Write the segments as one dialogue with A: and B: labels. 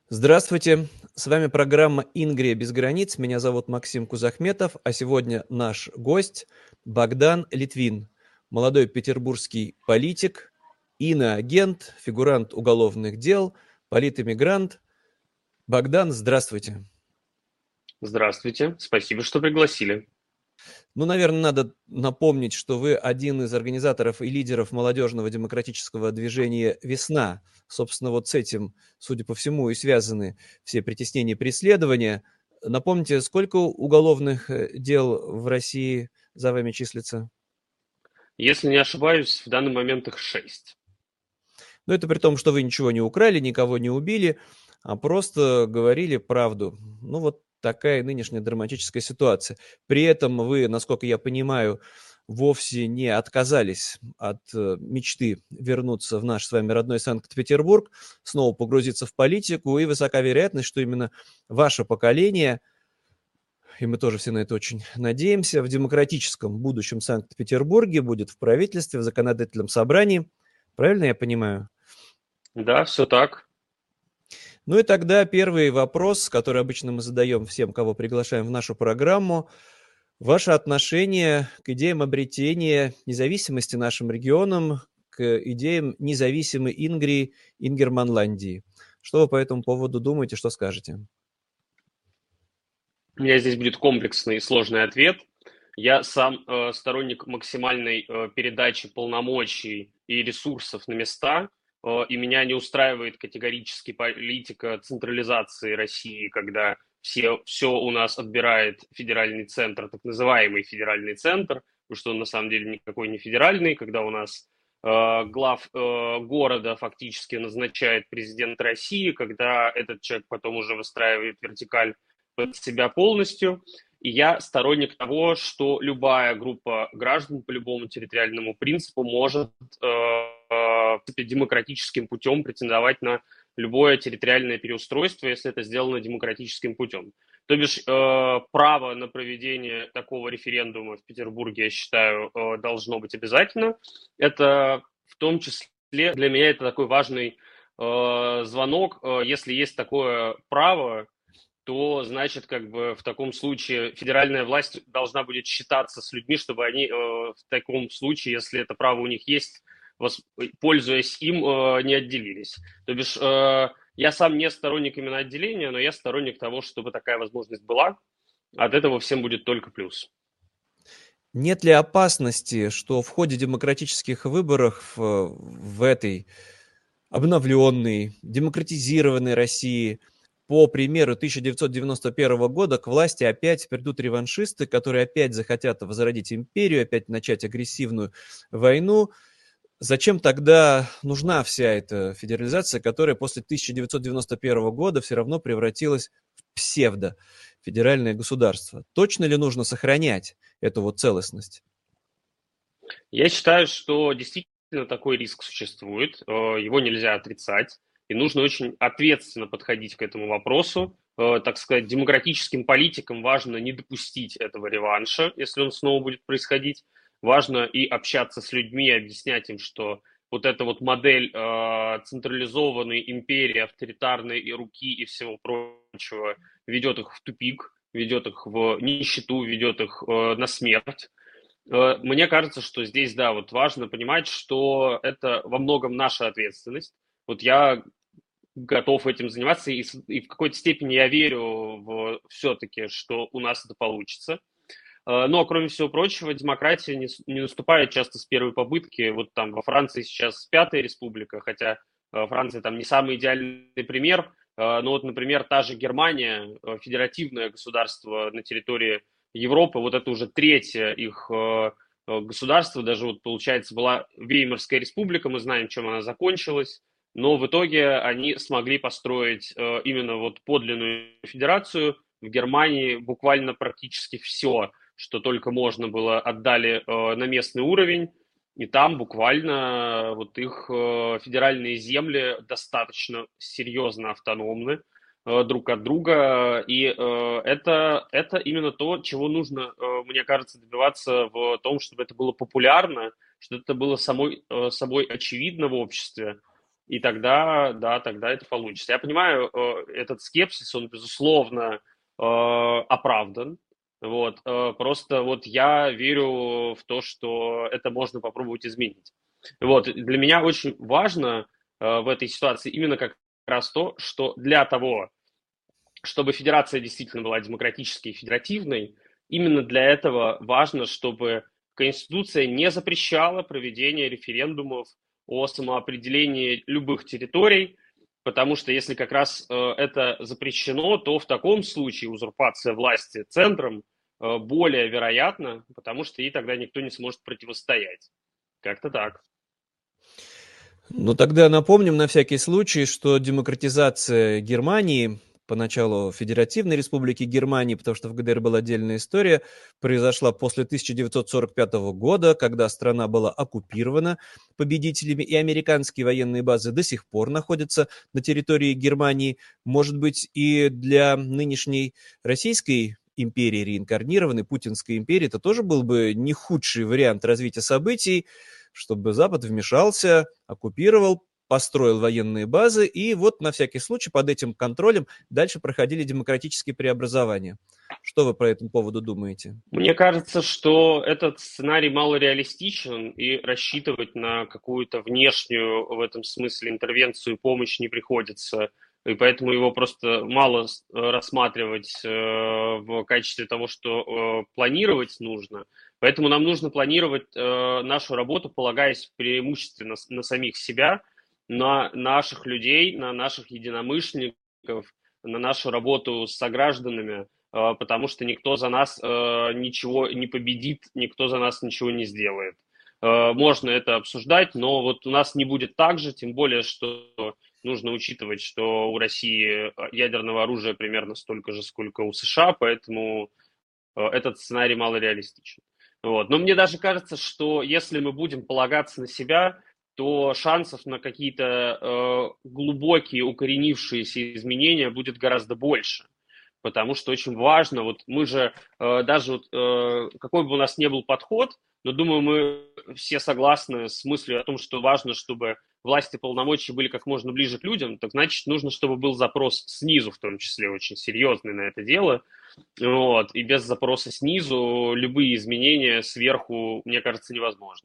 A: Здравствуйте, с вами программа «Ингрия без границ». Меня зовут Максим Кузахметов, а сегодня наш гость Богдан Литвин, молодой петербургский политик, иноагент, фигурант уголовных дел, политэмигрант. Богдан, здравствуйте.
B: Здравствуйте, спасибо, что пригласили.
A: Ну, наверное, надо напомнить, что вы один из организаторов и лидеров молодежного демократического движения «Весна». Собственно, вот с этим, судя по всему, и связаны все притеснения и преследования. Напомните, сколько уголовных дел в России за вами числится?
B: Если не ошибаюсь, в данный момент их 6.
A: Но это при том, что вы ничего не украли, никого не убили, а просто говорили правду. Ну, вот такая нынешняя драматическая ситуация. При этом вы, насколько я понимаю, вовсе не отказались от мечты вернуться в наш с вами родной Санкт-Петербург, снова погрузиться в политику, и высока вероятность, что именно ваше поколение, и мы тоже все на это очень надеемся, в демократическом будущем Санкт-Петербурге будет в правительстве, в законодательном собрании. Правильно я понимаю?
B: Да, все так.
A: Ну и тогда первый вопрос, который обычно мы задаем всем, кого приглашаем в нашу программу. Ваше отношение к идеям обретения независимости нашим регионам, к идеям независимой Ингрии, Ингерманландии. Что вы по этому поводу думаете, что скажете?
B: У меня здесь будет комплексный и сложный ответ. Я сам сторонник максимальной передачи полномочий и ресурсов на места, и меня не устраивает категорически политика централизации России, когда все у нас отбирает федеральный центр, так называемый федеральный центр, потому что он на самом деле никакой не федеральный, когда у нас глав города фактически назначает президент России, когда этот человек потом уже выстраивает вертикаль под себя полностью. И я сторонник того, что любая группа граждан по любому территориальному принципу может демократическим путем претендовать на любое территориальное переустройство, если это сделано демократическим путем. То бишь, право на проведение такого референдума в Петербурге, я считаю, должно быть обязательно. Это в том числе для меня это такой важный звонок. Если есть такое право, то, значит, как бы в таком случае федеральная власть должна будет считаться с людьми, чтобы они в таком случае, если это право у них есть, пользуясь им, не отделились. То бишь, я сам не сторонник именно отделения, но я сторонник того, чтобы такая возможность была. От этого всем будет только плюс.
A: Нет ли опасности, что в ходе демократических выборов в этой обновленной, демократизированной России, по примеру 1991 года, к власти опять придут реваншисты, которые опять захотят возродить империю, опять начать агрессивную войну? Зачем тогда нужна вся эта федерализация, которая после 1991 года все равно превратилась в псевдо-федеральное государство? Точно ли нужно сохранять эту вот целостность?
B: Я считаю, что действительно такой риск существует, его нельзя отрицать, и нужно очень ответственно подходить к этому вопросу. Так сказать, демократическим политикам важно не допустить этого реванша, если он снова будет происходить. Важно и общаться с людьми, и объяснять им, что вот эта вот модель централизованной империи, авторитарной и руки и всего прочего ведет их в тупик, ведет их в нищету, ведет их на смерть. Мне кажется, что здесь, да, вот важно понимать, что это во многом наша ответственность. Вот я готов этим заниматься, и в какой-то степени я верю в все-таки, что у нас это получится. Но, кроме всего прочего, демократия не наступает часто с первой попытки. Вот там во Франции сейчас пятая республика, хотя Франция там не самый идеальный пример. Но вот, например, та же Германия, федеративное государство на территории Европы, вот это уже третье их государство, даже вот, получается, была Веймарская республика, мы знаем, чем она закончилась, но в итоге они смогли построить именно вот подлинную федерацию. В Германии буквально практически все, что только можно было, отдали на местный уровень, и там буквально вот их федеральные земли достаточно серьезно автономны друг от друга, и это именно то, чего нужно, мне кажется, добиваться в том, чтобы это было популярно, чтобы это было собой очевидно в обществе, и тогда, да, тогда это получится. Я понимаю, этот скепсис, он, безусловно, оправдан. Вот, просто вот я верю в то, что это можно попробовать изменить. Вот, для меня очень важно в этой ситуации именно как раз то, что для того, чтобы федерация действительно была демократической и федеративной, именно для этого важно, чтобы Конституция не запрещала проведение референдумов о самоопределении любых территорий, потому что если как раз это запрещено, то в таком случае узурпация власти центром более вероятна, потому что ей тогда никто не сможет противостоять. Как-то так.
A: Ну, тогда напомним на всякий случай, что демократизация Германии, поначалу Федеративной Республики Германии, потому что в ГДР была отдельная история, произошла после 1945 года, когда страна была оккупирована победителями, и американские военные базы до сих пор находятся на территории Германии. Может быть, и для нынешней Российской империи, реинкарнированной Путинской империи, это тоже был бы не худший вариант развития событий, чтобы Запад вмешался, оккупировал, построил военные базы, и вот на всякий случай под этим контролем дальше проходили демократические преобразования. Что вы по этому поводу думаете?
B: Мне кажется, что этот сценарий малореалистичен, и рассчитывать на какую-то внешнюю в этом смысле интервенцию, помощь не приходится. И поэтому его просто мало рассматривать в качестве того, что планировать нужно. Поэтому нам нужно планировать нашу работу, полагаясь преимущественно на самих себя, на наших людей, на наших единомышленников, на нашу работу с согражданами, потому что никто за нас ничего не победит, никто за нас ничего не сделает. Можно это обсуждать, но вот у нас не будет так же, тем более, что нужно учитывать, что у России ядерного оружия примерно столько же, сколько у США, поэтому этот сценарий малореалистичен. Вот. Но мне даже кажется, что если мы будем полагаться на себя, то шансов на какие-то глубокие укоренившиеся изменения будет гораздо больше. Потому что очень важно, вот мы же даже вот, какой бы у нас ни был подход, но думаю, мы все согласны с мыслью о том, что важно, чтобы власти и полномочия были как можно ближе к людям, так значит, нужно, чтобы был запрос снизу, в том числе, очень серьезный на это дело. Вот. И без запроса снизу любые изменения сверху, мне кажется, невозможно.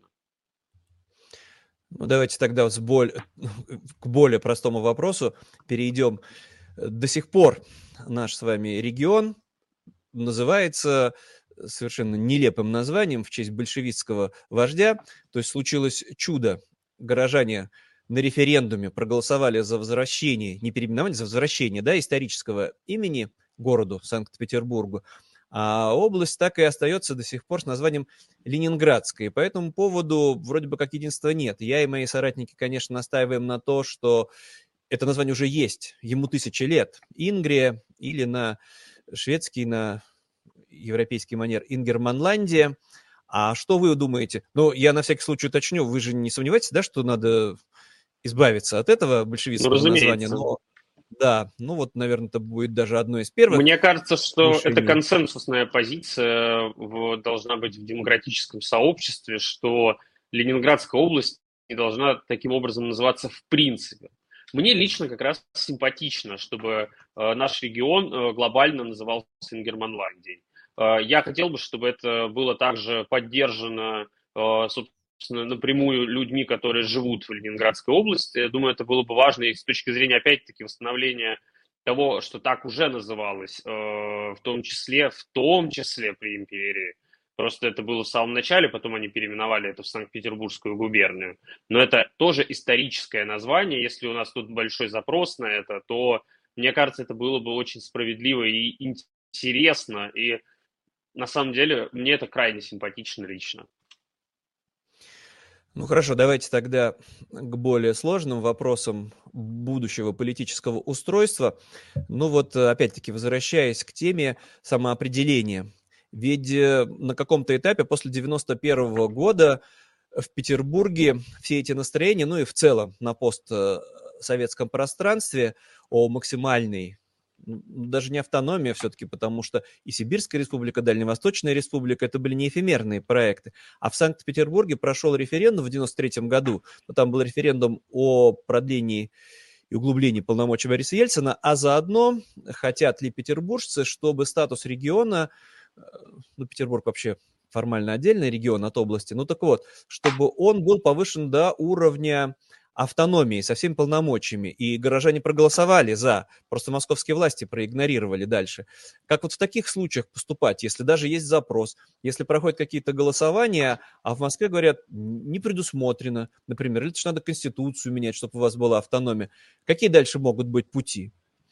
A: Ну, давайте тогда вот к более простому вопросу перейдем. До сих пор наш с вами регион называется совершенно нелепым названием в честь большевистского вождя. То есть случилось чудо. Горожане на референдуме проголосовали за возвращение, не переименование, за возвращение, да, исторического имени городу Санкт-Петербургу. А область так и остается до сих пор с названием Ленинградская. И по этому поводу вроде бы как единства нет. Я и мои соратники, конечно, настаиваем на то, что это название уже есть, ему 1000 лет. Ингрия или на шведский, на европейский манер Ингерманландия. А что вы думаете? Ну, я на всякий случай уточню, вы же не сомневаетесь, да, что надо избавиться от этого
B: Ну,
A: большевистского названия?
B: разумеется.
A: Но да, ну вот, наверное, это будет даже одно из первых
B: Мне кажется, что это
A: решений.
B: консенсусная позиция должна быть в демократическом сообществе, что Ленинградская область не должна таким образом называться в принципе. Мне лично как раз симпатично, чтобы наш регион глобально назывался Ингерманландией. Я хотел бы, чтобы это было также поддержано, собственно, напрямую людьми, которые живут в Ленинградской области. Я думаю, это было бы важно и с точки зрения, опять-таки, восстановления того, что так уже называлось, в том числе при империи. Просто это было в самом начале, потом они переименовали это в Санкт-Петербургскую губернию. Но это тоже историческое название. Если у нас тут большой запрос на это, то, мне кажется, это было бы очень справедливо и интересно. И на самом деле мне это крайне симпатично лично.
A: Ну хорошо, давайте тогда к более сложным вопросам будущего политического устройства. Ну вот, опять-таки, возвращаясь к теме самоопределения. Ведь на каком-то этапе после 91 года в Петербурге все эти настроения, ну и в целом на постсоветском пространстве о максимальной даже не автономия все-таки, потому что и Сибирская республика, Дальневосточная республика, это были не эфемерные проекты. А в Санкт-Петербурге прошел референдум в 93 году, но там был референдум о продлении и углублении полномочий Бориса Ельцина, а заодно хотят ли петербуржцы, чтобы статус региона, ну, Петербург вообще формально отдельный регион от области, ну так вот, чтобы он был повышен до уровня автономии со всеми полномочиями, и горожане проголосовали за, просто московские власти проигнорировали дальше. Как вот в таких случаях поступать, если даже есть запрос, если проходят какие-то голосования, а в Москве говорят, не предусмотрено, например, или надо Конституцию менять, чтобы у вас была автономия. Какие дальше могут быть пути?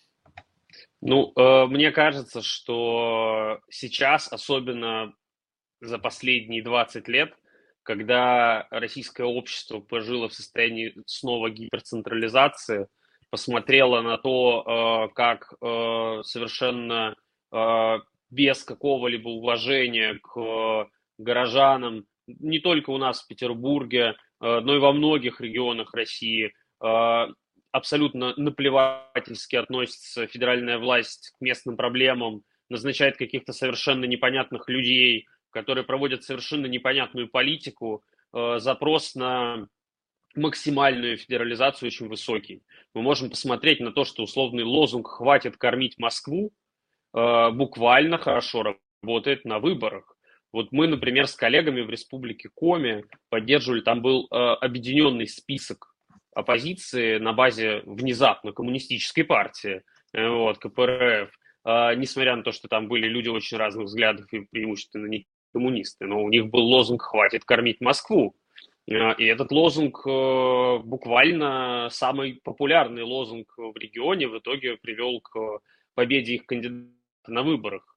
B: Ну, мне кажется, что сейчас, особенно за последние 20 лет, когда российское общество пожило в состоянии снова гиперцентрализации, посмотрело на то, как совершенно э, без какого-либо уважения к горожанам, не только у нас в Петербурге, но и во многих регионах России, абсолютно наплевательски относится федеральная власть к местным проблемам, назначает каких-то совершенно непонятных людей, которые проводят совершенно непонятную политику, запрос на максимальную федерализацию очень высокий. Мы можем посмотреть на то, что условный лозунг «хватит кормить Москву» буквально хорошо работает на выборах. Вот мы, например, с коллегами в Республике Коми поддерживали, там был объединенный список оппозиции на базе внезапно коммунистической партии, вот, КПРФ, несмотря на то, что там были люди очень разных взглядов и преимущественно не коммунисты, но у них был лозунг «хватит кормить Москву». И этот лозунг, буквально самый популярный лозунг в регионе, в итоге привел к победе их кандидата на выборах.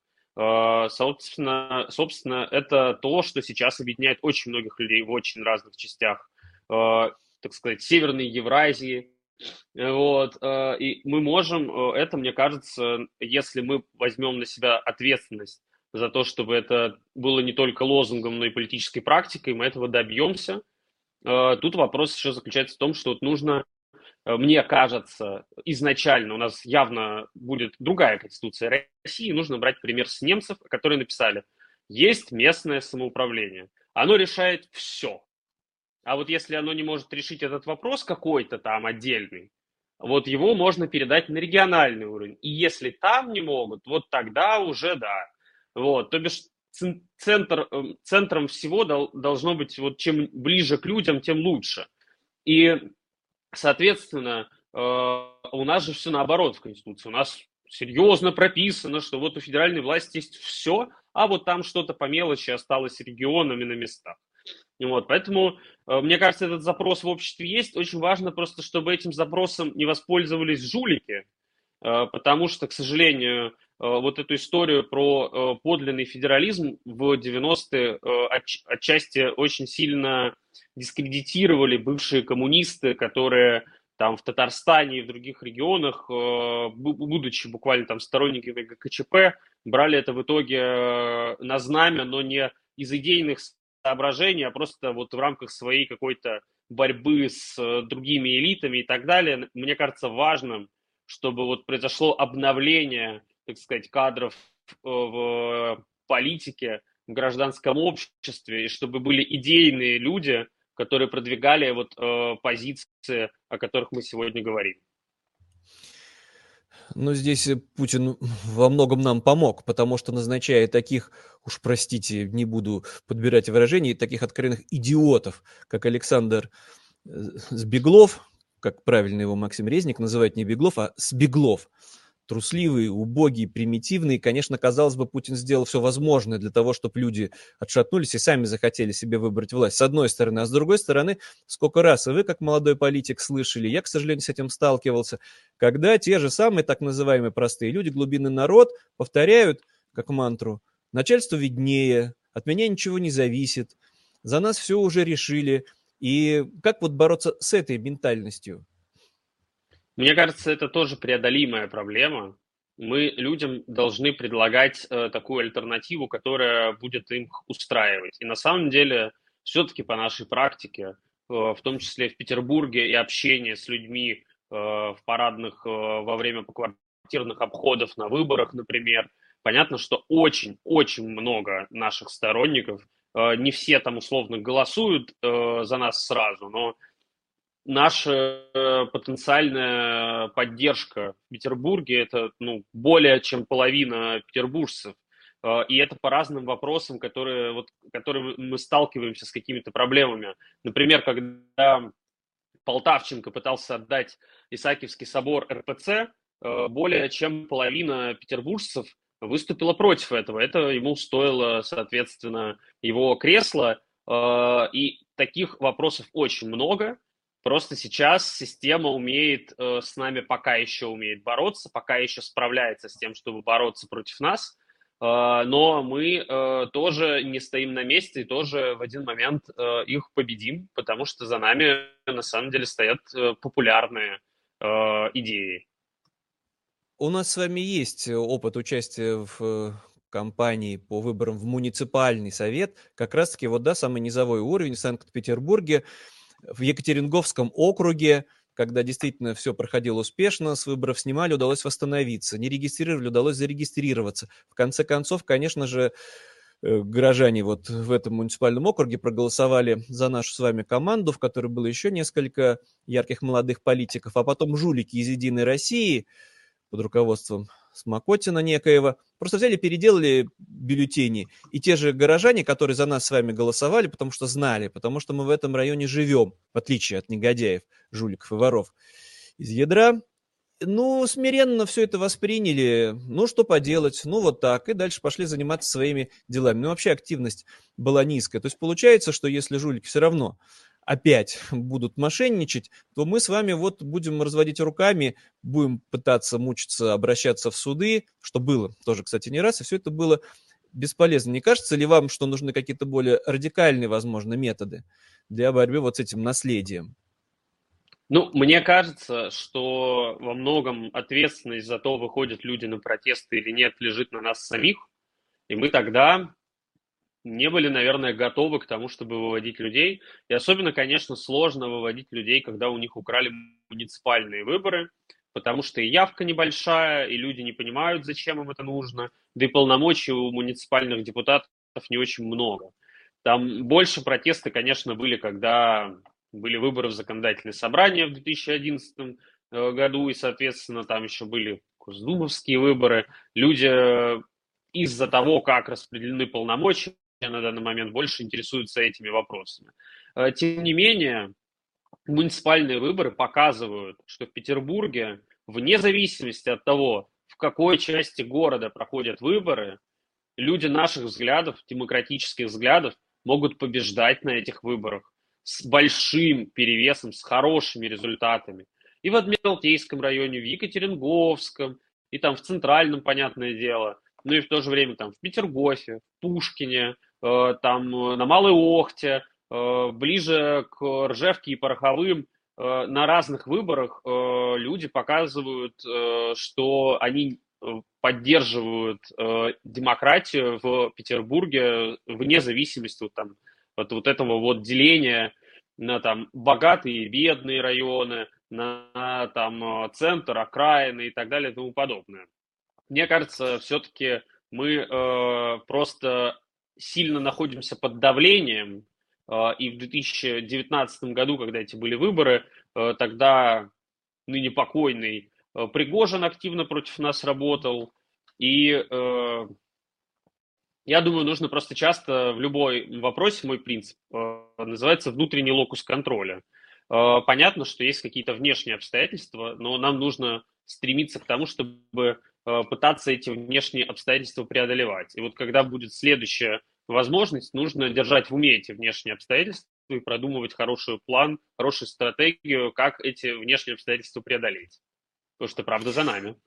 B: Собственно, это то, что сейчас объединяет очень многих людей в очень разных частях, так сказать, Северной Евразии. Вот, и мы можем это, мне кажется, если мы возьмем на себя ответственность за то, чтобы это было не только лозунгом, но и политической практикой, мы этого добьемся. Тут вопрос еще заключается в том, что вот нужно, мне кажется, изначально у нас явно будет другая конституция России, нужно брать пример с немцев, которые написали, есть местное самоуправление, оно решает все. А вот если оно не может решить этот вопрос какой-то там отдельный, вот его можно передать на региональный уровень. И если там не могут, вот тогда уже да. Вот, то бишь центром всего должно быть, вот чем ближе к людям, тем лучше. И, соответственно, у нас же все наоборот в Конституции. У нас серьезно прописано, что вот у федеральной власти есть все, а вот там что-то по мелочи осталось регионами на местах. Вот, поэтому, мне кажется, этот запрос в обществе есть. Очень важно просто, чтобы этим запросом не воспользовались жулики, потому что, к сожалению, вот эту историю про подлинный федерализм в 90-е отчасти очень сильно дискредитировали бывшие коммунисты, которые там в Татарстане и в других регионах, будучи буквально там сторонниками ГКЧП, брали это в итоге на знамя, но не из идейных соображений, а просто вот в рамках своей какой-то борьбы с другими элитами и так далее. Мне кажется важным, чтобы вот произошло обновление, так сказать, кадров в политике, в гражданском обществе, и чтобы были идейные люди, которые продвигали вот позиции, о которых мы сегодня говорим.
A: Но здесь Путин во многом нам помог, потому что, назначая таких, уж простите, не буду подбирать выражений, таких откровенных идиотов, как Александр Сбеглов, как правильно его Максим Резник называет, не Беглов, а Сбеглов, трусливый, убогий, примитивный. Конечно, казалось бы, Путин сделал все возможное для того, чтобы люди отшатнулись и сами захотели себе выбрать власть, с одной стороны. А с другой стороны, сколько раз и вы, как молодой политик, слышали, я, к сожалению, с этим сталкивался, когда те же самые так называемые простые люди, глубинный народ, повторяют, как мантру, начальство виднее, от меня ничего не зависит, за нас все уже решили. И как вот бороться с этой ментальностью?
B: Мне кажется, это тоже преодолимая проблема. Мы людям должны предлагать такую альтернативу, которая будет им устраивать. И на самом деле, все-таки по нашей практике, в том числе в Петербурге, и общение с людьми в парадных во время квартирных обходов на выборах, например. Понятно, что очень-очень много наших сторонников, не все там условно голосуют за нас сразу, но наша потенциальная поддержка в Петербурге – это более чем половина петербуржцев. И это по разным вопросам, которые мы сталкиваемся с какими-то проблемами. Например, когда Полтавченко пытался отдать Исаакиевский собор РПЦ, более чем половина петербуржцев выступила против этого. Это ему стоило, соответственно, его кресла. И таких вопросов очень много. Просто сейчас система с нами пока еще умеет бороться, пока еще справляется с тем, чтобы бороться против нас. Но мы тоже не стоим на месте и тоже в один момент их победим, потому что за нами на самом деле стоят популярные идеи.
A: У нас с вами есть опыт участия в кампании по выборам в муниципальный совет. Как раз-таки вот, да, самый низовой уровень в Санкт-Петербурге, в Екатеринговском округе, когда действительно все проходило успешно, с выборов снимали, удалось восстановиться, не регистрировали, удалось зарегистрироваться. В конце концов, конечно же, горожане вот в этом муниципальном округе проголосовали за нашу с вами команду, в которой было еще несколько ярких молодых политиков, а потом жулики из «Единой России» под руководством Смокотина некоего, просто взяли, переделали бюллетени. И те же горожане, которые за нас с вами голосовали, потому что знали, потому что мы в этом районе живем, в отличие от негодяев, жуликов и воров из ядра, смиренно все это восприняли. Что поделать, вот так. И дальше пошли заниматься своими делами. Вообще активность была низкая. То есть получается, что если жулики все равно опять будут мошенничать, то мы с вами вот будем разводить руками, будем пытаться мучиться, обращаться в суды, что было тоже, кстати, не раз, и все это было бесполезно. Не кажется ли вам, что нужны какие-то более радикальные, возможно, методы для борьбы вот с этим наследием?
B: Мне кажется, что во многом ответственность за то, выходят люди на протесты или нет, лежит на нас самих. И мы тогда не были, наверное, готовы к тому, чтобы выводить людей. И особенно, конечно, сложно выводить людей, когда у них украли муниципальные выборы, потому что и явка небольшая, и люди не понимают, зачем им это нужно, да и полномочий у муниципальных депутатов не очень много. Там больше протесты, конечно, были, когда были выборы в законодательное собрание в 2011 году, и, соответственно, там еще были госдумовские выборы. Люди из-за того, как распределены полномочия на данный момент, больше интересуются этими вопросами. Тем не менее, муниципальные выборы показывают, что в Петербурге, вне зависимости от того, в какой части города проходят выборы, люди наших взглядов, демократических взглядов, могут побеждать на этих выборах с большим перевесом, с хорошими результатами. И в Адмиралтейском районе, в Екатеринговском, и там в Центральном, понятное дело, и в то же время там в Петергофе, в Пушкине, там на Малой Охте, ближе к Ржевке и Пороховым, на разных выборах люди показывают, что они поддерживают демократию в Петербурге вне зависимости от вот этого вот деления на там богатые и бедные районы, на там центр, окраины и так далее и тому подобное. Мне кажется, все-таки мы просто сильно находимся под давлением, и в 2019 году, когда эти были выборы, тогда ныне покойный Пригожин активно против нас работал, и я думаю, нужно просто часто в любой вопросе, мой принцип называется внутренний локус контроля. Понятно, что есть какие-то внешние обстоятельства, но нам нужно стремиться к тому, чтобы пытаться эти внешние обстоятельства преодолевать. И вот когда будет следующая возможность, нужно держать в уме эти внешние обстоятельства и продумывать хороший план, хорошую стратегию, как эти внешние обстоятельства преодолеть. Потому что правда за нами.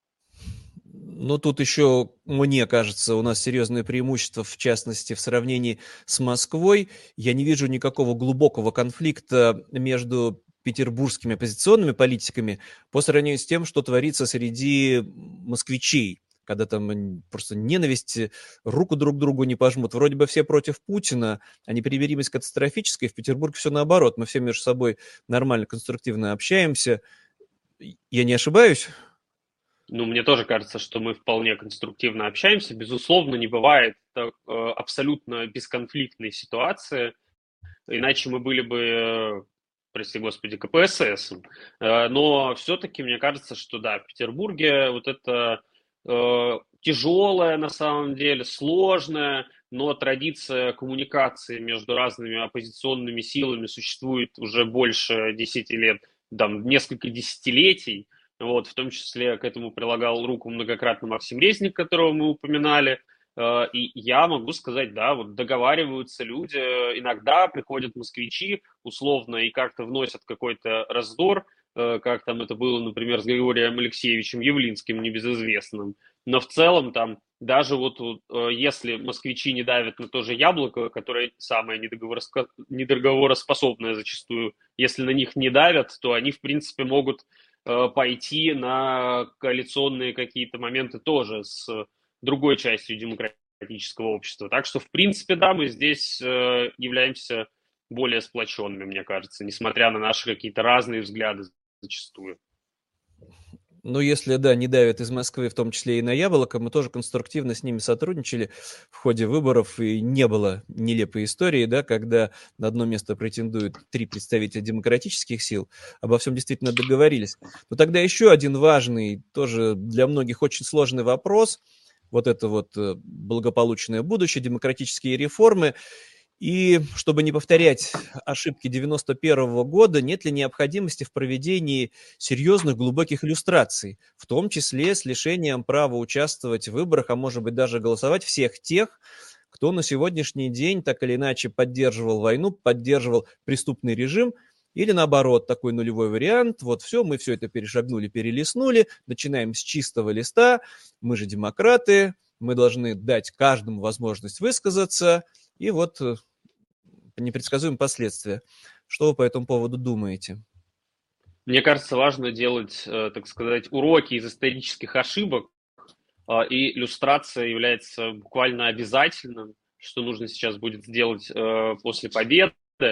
A: Тут еще, мне кажется, у нас серьезное преимущество, в частности, в сравнении с Москвой. Я не вижу никакого глубокого конфликта между петербургскими оппозиционными политиками по сравнению с тем, что творится среди москвичей, когда там просто ненависть, руку друг другу не пожмут. Вроде бы все против Путина, а непримиримость катастрофическая. В Петербурге все наоборот. Мы все между собой нормально, конструктивно общаемся. Я не ошибаюсь?
B: Ну, мне тоже кажется, что мы вполне конструктивно общаемся. Безусловно, не бывает абсолютно бесконфликтной ситуации, иначе мы были бы, прости господи, КПСС. Но все-таки мне кажется, что да, в Петербурге вот это тяжелая, на самом деле, сложная, но традиция коммуникации между разными оппозиционными силами существует уже больше 10 лет, там, несколько десятилетий. Вот, в том числе к этому прилагал руку многократно Максим Резник, которого мы упоминали. И я могу сказать, да, вот договариваются люди, иногда приходят москвичи условно и как-то вносят какой-то раздор, как там это было, например, с Григорием Алексеевичем Явлинским, небезызвестным. Но в целом там даже вот если москвичи не давят на то же Яблоко, которое самое недоговороспособное зачастую, если на них не давят, то они, в принципе, могут пойти на коалиционные какие-то моменты тоже с другой частью демократического общества. Так что, в принципе, да, мы здесь являемся более сплоченными, мне кажется, несмотря на наши какие-то разные взгляды зачастую.
A: Ну, если, да, не давят из Москвы, в том числе и на Яблоко, мы тоже конструктивно с ними сотрудничали в ходе выборов, и не было нелепой истории, да, когда на одно место претендуют 3 представителя демократических сил, обо всем действительно договорились. Но тогда еще один важный, тоже для многих очень сложный вопрос, вот это вот благополучное будущее, демократические реформы. И чтобы не повторять ошибки 91 года, нет ли необходимости в проведении серьезных глубоких иллюстраций, в том числе с лишением права участвовать в выборах, а может быть даже голосовать всех тех, кто на сегодняшний день так или иначе поддерживал войну, поддерживал преступный режим, или наоборот, такой нулевой вариант, вот все, мы все это перешагнули, перелистнули, начинаем с чистого листа, мы же демократы, мы должны дать каждому возможность высказаться, и вот непредсказуемые последствия. Что вы по этому поводу думаете?
B: Мне кажется, важно делать, так сказать, уроки из исторических ошибок, и иллюстрация является буквально обязательным, что нужно сейчас будет сделать после победы,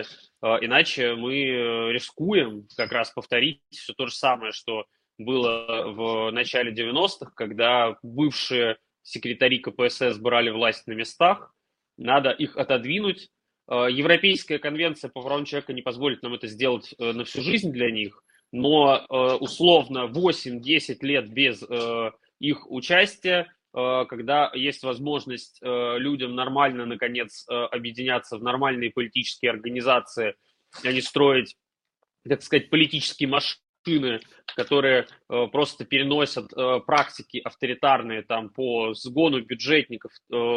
B: иначе мы рискуем как раз повторить все то же самое, что было в начале 90-х, когда бывшие секретари КПСС брали власть на местах, надо их отодвинуть. Европейская конвенция по правам человека не позволит нам это сделать на всю жизнь для них, но условно 8-10 лет без их участия, когда есть возможность людям нормально, наконец, объединяться в нормальные политические организации, а не строить, так сказать, политические машины, которые просто переносят практики авторитарные там по сгону бюджетников,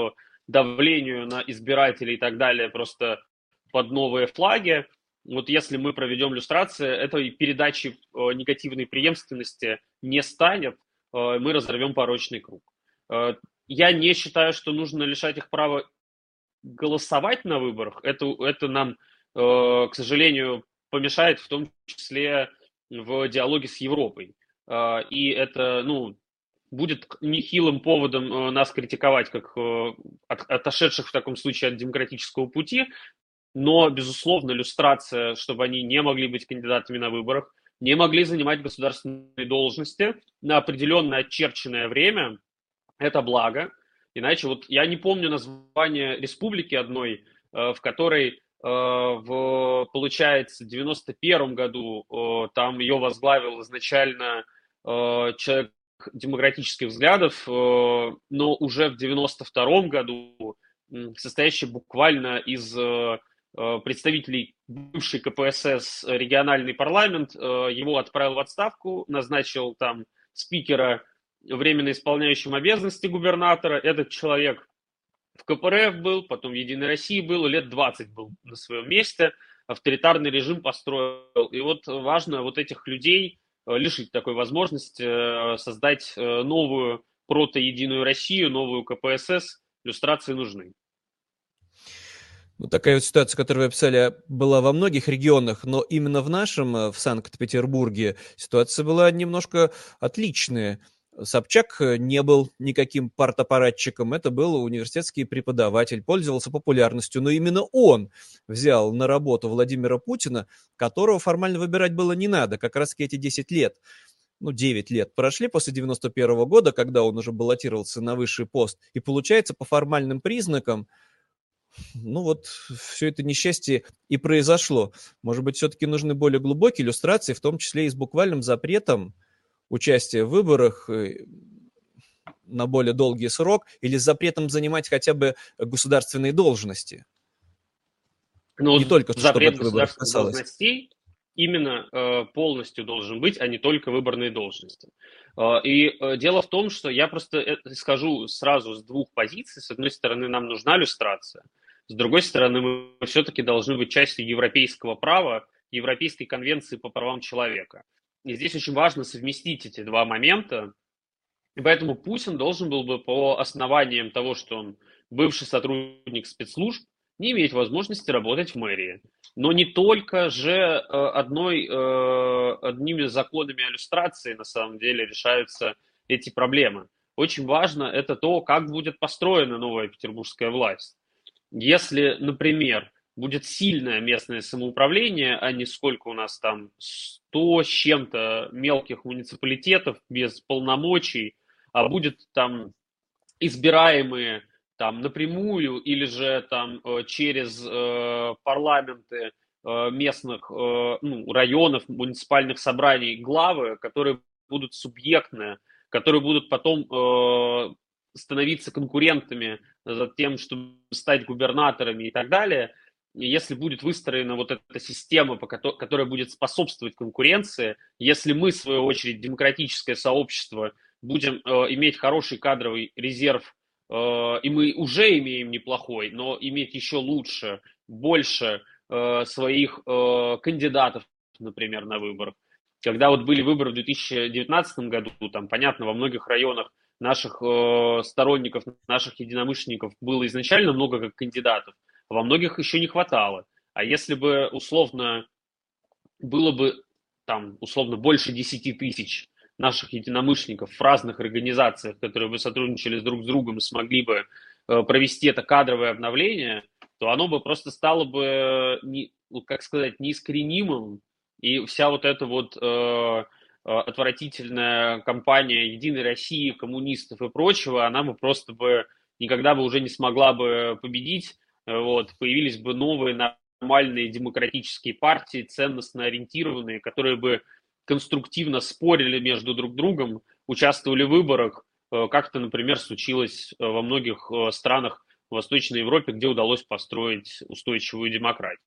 B: давлению на избирателей и так далее, просто под новые флаги. Вот если мы проведем иллюстрации, этой передачи негативной преемственности не станет, мы разорвем порочный круг. Я не считаю, что нужно лишать их права голосовать на выборах. Это нам, к сожалению, помешает в том числе в диалоге с Европой. И это, ну, будет нехилым поводом нас критиковать, как отошедших в таком случае от демократического пути, но, безусловно, иллюстрация, чтобы они не могли быть кандидатами на выборах, не могли занимать государственные должности на определенное очерченное время, это благо. Иначе вот я не помню название республики одной, в которой получается, в 91 году там ее возглавил изначально человек демократических взглядов, но уже в 92 году состоящий буквально из представителей бывшей КПСС региональный парламент, его отправил в отставку, назначил там спикера временно исполняющим обязанности губернатора. Этот человек в КПРФ был, потом в Единой России был, лет 20 был на своем месте, авторитарный режим построил. И вот важно вот этих людей лишить такой возможности создать новую протоединую Россию, новую КПСС. Иллюстрации нужны.
A: Ну, такая вот ситуация, которую вы описали, была во многих регионах, но именно в нашем, в Санкт-Петербурге, ситуация была немножко отличная. Собчак не был никаким партаппаратчиком, это был университетский преподаватель, пользовался популярностью, но именно он взял на работу Владимира Путина, которого формально выбирать было не надо, как раз эти 10 лет. ну, 9 лет прошли после 91 года, когда он уже баллотировался на высший пост, и получается по формальным признакам, ну вот все это несчастье и произошло. Может быть, все-таки нужны более глубокие иллюстрации, в том числе и с буквальным запретом участия в выборах на более долгий срок или с запретом занимать хотя бы государственные должности.
B: Но
A: Не только чтобы
B: запрет
A: это выборов
B: государственных
A: касалось.
B: должностей именно полностью должен быть, а не только выборные должности. Дело в том, что я просто скажу сразу с двух позиций. С одной стороны, нам нужна люстрация. С другой стороны, мы все-таки должны быть частью европейского права, Европейской конвенции по правам человека. И здесь очень важно совместить эти два момента. И поэтому Путин должен был бы по основаниям того, что он бывший сотрудник спецслужб, не иметь возможности работать в мэрии. Но не только же одними законами о люстрации на самом деле решаются эти проблемы. Очень важно это то, как будет построена новая петербургская власть. Если, например, будет сильное местное самоуправление, а не сколько у нас там 100 с чем-то мелких муниципалитетов без полномочий, а будет там избираемые там напрямую или же там через парламенты местных ну, районов, муниципальных собраний главы, которые будут субъектные, которые будут потом становиться конкурентами за тем, чтобы стать губернаторами и так далее. И если будет выстроена вот эта система, которая будет способствовать конкуренции, если мы, в свою очередь, демократическое сообщество, будем иметь хороший кадровый резерв, и мы уже имеем неплохой, но иметь еще лучше, больше своих кандидатов, например, на выборах. Когда вот были выборы в 2019 году, там, понятно, во многих районах наших сторонников, наших единомышленников было изначально много как кандидатов, а во многих еще не хватало. А если бы условно было бы там условно больше 10 тысяч наших единомышленников в разных организациях, которые бы сотрудничали друг с другом и смогли бы провести это кадровое обновление, то оно бы просто стало бы, как сказать, неискоренимым, и вся вот эта вот отвратительная кампания Единой России, коммунистов и прочего, она бы просто бы никогда бы уже не смогла бы победить. Вот, появились бы новые нормальные демократические партии, ценностно ориентированные, которые бы конструктивно спорили между друг другом, участвовали в выборах, как это, например, случилось во многих странах в Восточной Европе, где удалось построить устойчивую демократию.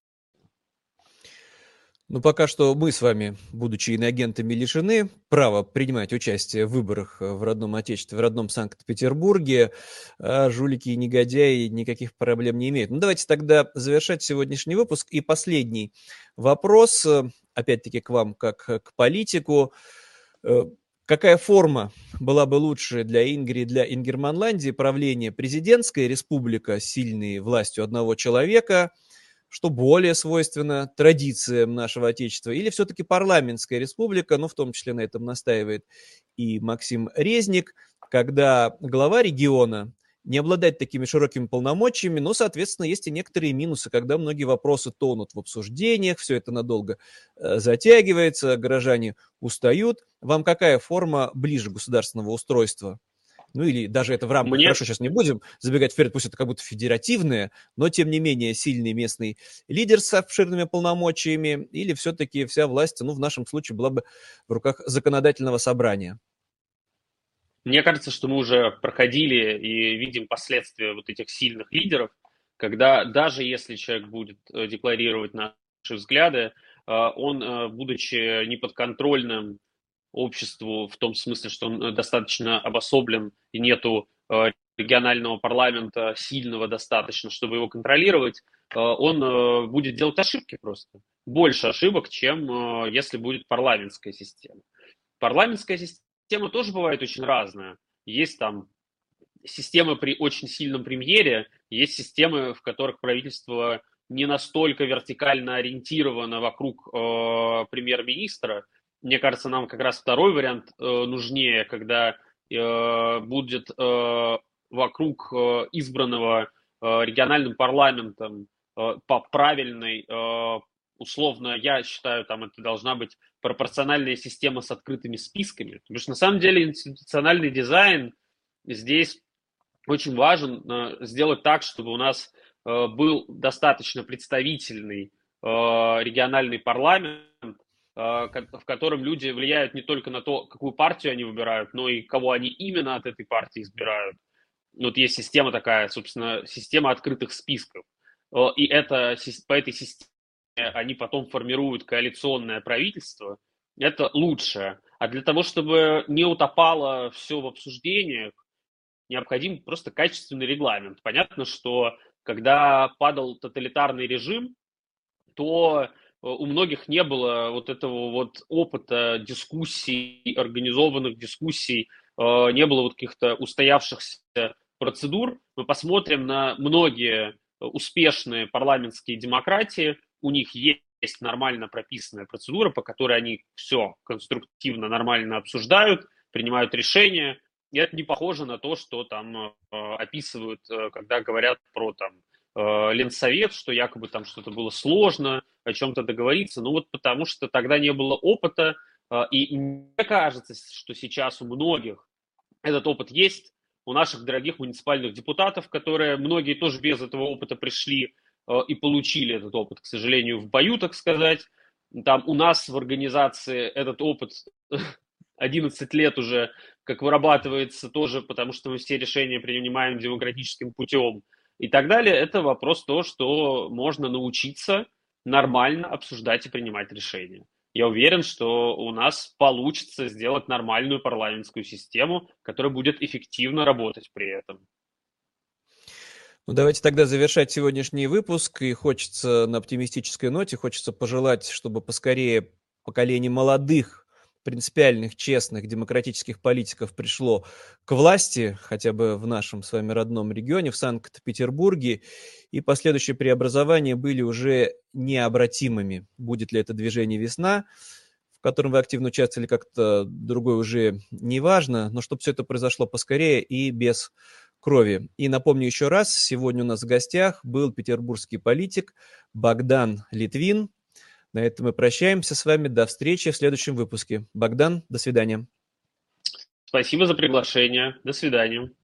A: Ну, пока что мы с вами, будучи иноагентами, лишены права принимать участие в выборах в родном отечестве, в родном Санкт-Петербурге. А жулики и негодяи никаких проблем не имеют. Ну, давайте тогда завершать сегодняшний выпуск. И последний вопрос, опять-таки к вам, как к политику. Э, Какая форма была бы лучше для Ингрии, для Ингерманландии? Правление президентская республика с сильной властью одного человека, что более свойственно традициям нашего Отечества, или все-таки парламентская республика, ну, в том числе на этом настаивает и Максим Резник, когда глава региона не обладает такими широкими полномочиями, но, соответственно, есть и некоторые минусы, когда многие вопросы тонут в обсуждениях, все это надолго затягивается, горожане устают. Вам какая форма ближе государственного устройства? Ну или даже это в рамках,
B: Мне
A: хорошо, сейчас не будем забегать вперед, пусть это как будто федеративное, но тем не менее сильный местный лидер с обширными полномочиями, или все-таки вся власть, ну в нашем случае была бы в руках законодательного собрания.
B: Мне кажется, что мы уже проходили и видим последствия вот этих сильных лидеров, когда даже если человек будет декларировать наши взгляды, он, будучи неподконтрольным обществу в том смысле, что он достаточно обособлен и нету регионального парламента сильного достаточно, чтобы его контролировать, он будет делать ошибки просто. Больше ошибок, чем если будет парламентская система. Парламентская система тоже бывает очень разная. Есть там системы при очень сильном премьере, есть системы, в которых правительство не настолько вертикально ориентировано вокруг премьер-министра. Мне кажется, нам как раз второй вариант нужнее, когда будет вокруг избранного региональным парламентом по правильной условно, я считаю, там это должна быть пропорциональная система с открытыми списками. Потому что на самом деле институциональный дизайн здесь очень важен сделать так, чтобы у нас был достаточно представительный региональный парламент, в котором люди влияют не только на то, какую партию они выбирают, но и кого они именно от этой партии избирают. Вот есть система такая, собственно, система открытых списков. И по этой системе они потом формируют коалиционное правительство. Это лучше. А для того, чтобы не утопало все в обсуждениях, необходим просто качественный регламент. Понятно, что когда падал тоталитарный режим, то у многих не было вот этого вот опыта дискуссий, организованных дискуссий, не было вот каких-то устоявшихся процедур. Мы посмотрим на многие успешные парламентские демократии, у них есть нормально прописанная процедура, по которой они все конструктивно, нормально обсуждают, принимают решения. И это не похоже на то, что там описывают, когда говорят про там Ленсовет, что якобы там что-то было сложно, о чем-то договориться. Ну вот потому что тогда не было опыта, и мне кажется, что сейчас у многих этот опыт есть, у наших дорогих муниципальных депутатов, которые многие тоже без этого опыта пришли и получили этот опыт, к сожалению, в бою, так сказать. Там у нас в организации этот опыт 11 лет уже как вырабатывается тоже, потому что мы все решения принимаем демократическим путем и так далее. Это вопрос того, что можно научиться нормально обсуждать и принимать решения. Я уверен, что у нас получится сделать нормальную парламентскую систему, которая будет эффективно работать при этом.
A: Ну, давайте тогда завершать сегодняшний выпуск. И хочется на оптимистической ноте, хочется пожелать, чтобы поскорее поколение молодых, принципиальных, честных, демократических политиков пришло к власти, хотя бы в нашем с вами родном регионе, в Санкт-Петербурге, и последующие преобразования были уже необратимыми. Будет ли это движение «Весна», в котором вы активно участвовали, как-то другое уже не важно, но чтобы все это произошло поскорее и без крови. И напомню еще раз, сегодня у нас в гостях был петербургский политик Богдан Литвин. На этом мы прощаемся с вами. До встречи в следующем выпуске. Богдан, до свидания.
B: Спасибо за приглашение. До свидания.